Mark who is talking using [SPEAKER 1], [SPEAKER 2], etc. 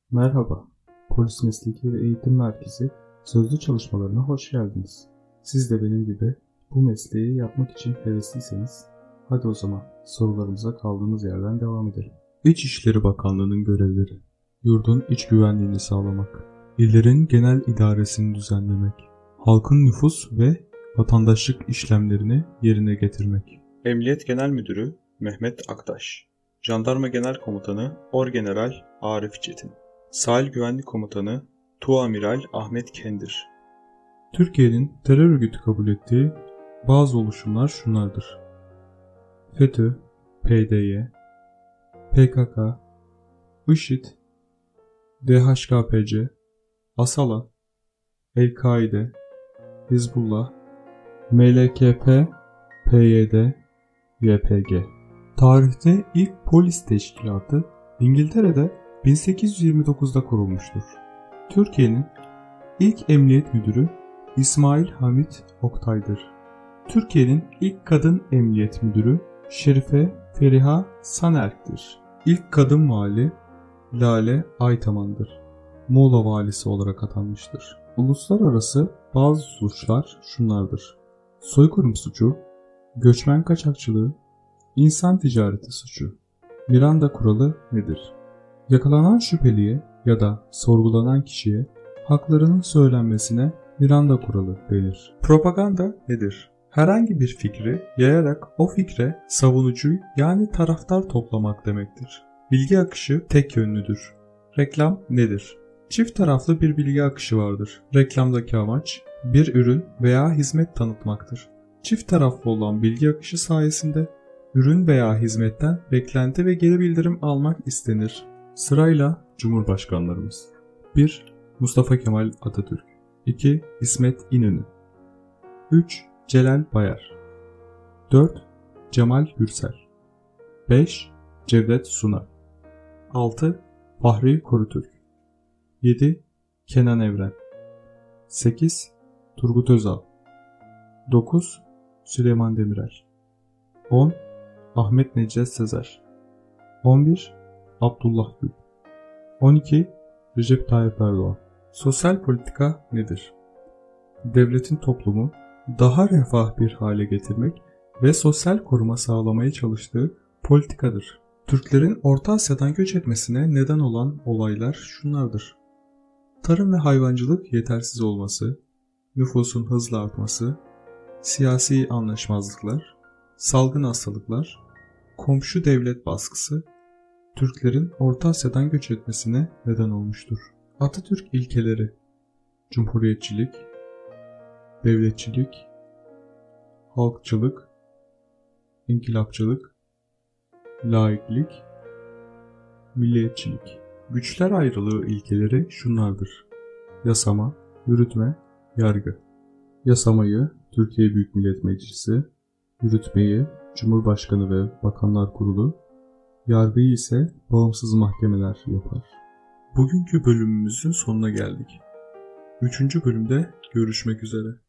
[SPEAKER 1] Merhaba, Polis Mesleki ve Eğitim Merkezi sözlü çalışmalarına hoş geldiniz. Siz de benim gibi bu mesleği yapmak için hevesliyseniz, hadi o zaman sorularımıza kaldığımız yerden devam edelim. İçişleri Bakanlığı'nın görevleri: yurdun iç güvenliğini sağlamak, illerin genel idaresini düzenlemek, halkın nüfus ve vatandaşlık işlemlerini yerine getirmek.
[SPEAKER 2] Emniyet Genel Müdürü Mehmet Aktaş, Jandarma Genel Komutanı Orgeneral Arif Çetin, Sahil Güvenlik Komutanı Tuamiral Ahmet Kendir.
[SPEAKER 1] Türkiye'nin terör örgütü kabul ettiği bazı oluşumlar şunlardır: FETÖ, PDY, PKK, IŞİD, DHKPC, ASALA, El-Kaide, Hizbullah, MLKP, PYD, YPG. Tarihte ilk polis teşkilatı İngiltere'de 1829'da kurulmuştur. Türkiye'nin ilk emniyet müdürü İsmail Hamit Oktay'dır. Türkiye'nin ilk kadın emniyet müdürü Şerife Feriha Sanerk'tir. İlk kadın vali Lale Aytaman'dır. Muğla valisi olarak atanmıştır. Uluslararası bazı suçlar şunlardır: soykırım suçu, göçmen kaçakçılığı, insan ticareti suçu. Miranda kuralı nedir? Yakalanan şüpheliye ya da sorgulanan kişiye haklarının söylenmesine Miranda kuralı denir. Propaganda nedir? Herhangi bir fikri yayarak o fikre savunucu yani taraftar toplamak demektir. Bilgi akışı tek yönlüdür. Reklam nedir? Çift taraflı bir bilgi akışı vardır. Reklamdaki amaç bir ürün veya hizmet tanıtmaktır. Çift taraflı olan bilgi akışı sayesinde ürün veya hizmetten beklenti ve geri bildirim almak istenir. Sırayla Cumhurbaşkanlarımız: 1. Mustafa Kemal Atatürk, 2. İsmet İnönü, 3. Celal Bayar, 4. Cemal Gürsel, 5. Cevdet Sunay, 6. Fahri Korutürk, 7. Kenan Evren, 8. Turgut Özal, 9. Süleyman Demirel, 10. Ahmet Necdet Sezer, 11. Abdullah Gül, 12. Recep Tayyip Erdoğan. Sosyal politika nedir? Devletin toplumu daha refah bir hale getirmek ve sosyal koruma sağlamaya çalıştığı politikadır. Türklerin Orta Asya'dan göç etmesine neden olan olaylar şunlardır: tarım ve hayvancılık yetersiz olması, nüfusun hızla artması, siyasi anlaşmazlıklar, salgın hastalıklar, komşu devlet baskısı Türklerin Orta Asya'dan göç etmesine neden olmuştur. Atatürk ilkeleri: cumhuriyetçilik, devletçilik, halkçılık, inkılapçılık, laiklik, milliyetçilik. Güçler ayrılığı ilkeleri şunlardır: yasama, yürütme, yargı. Yasamayı Türkiye Büyük Millet Meclisi, yürütmeyi Cumhurbaşkanı ve Bakanlar Kurulu, yargıyı ise bağımsız mahkemeler yapar. Bugünkü bölümümüzün sonuna geldik. 3. bölümde görüşmek üzere.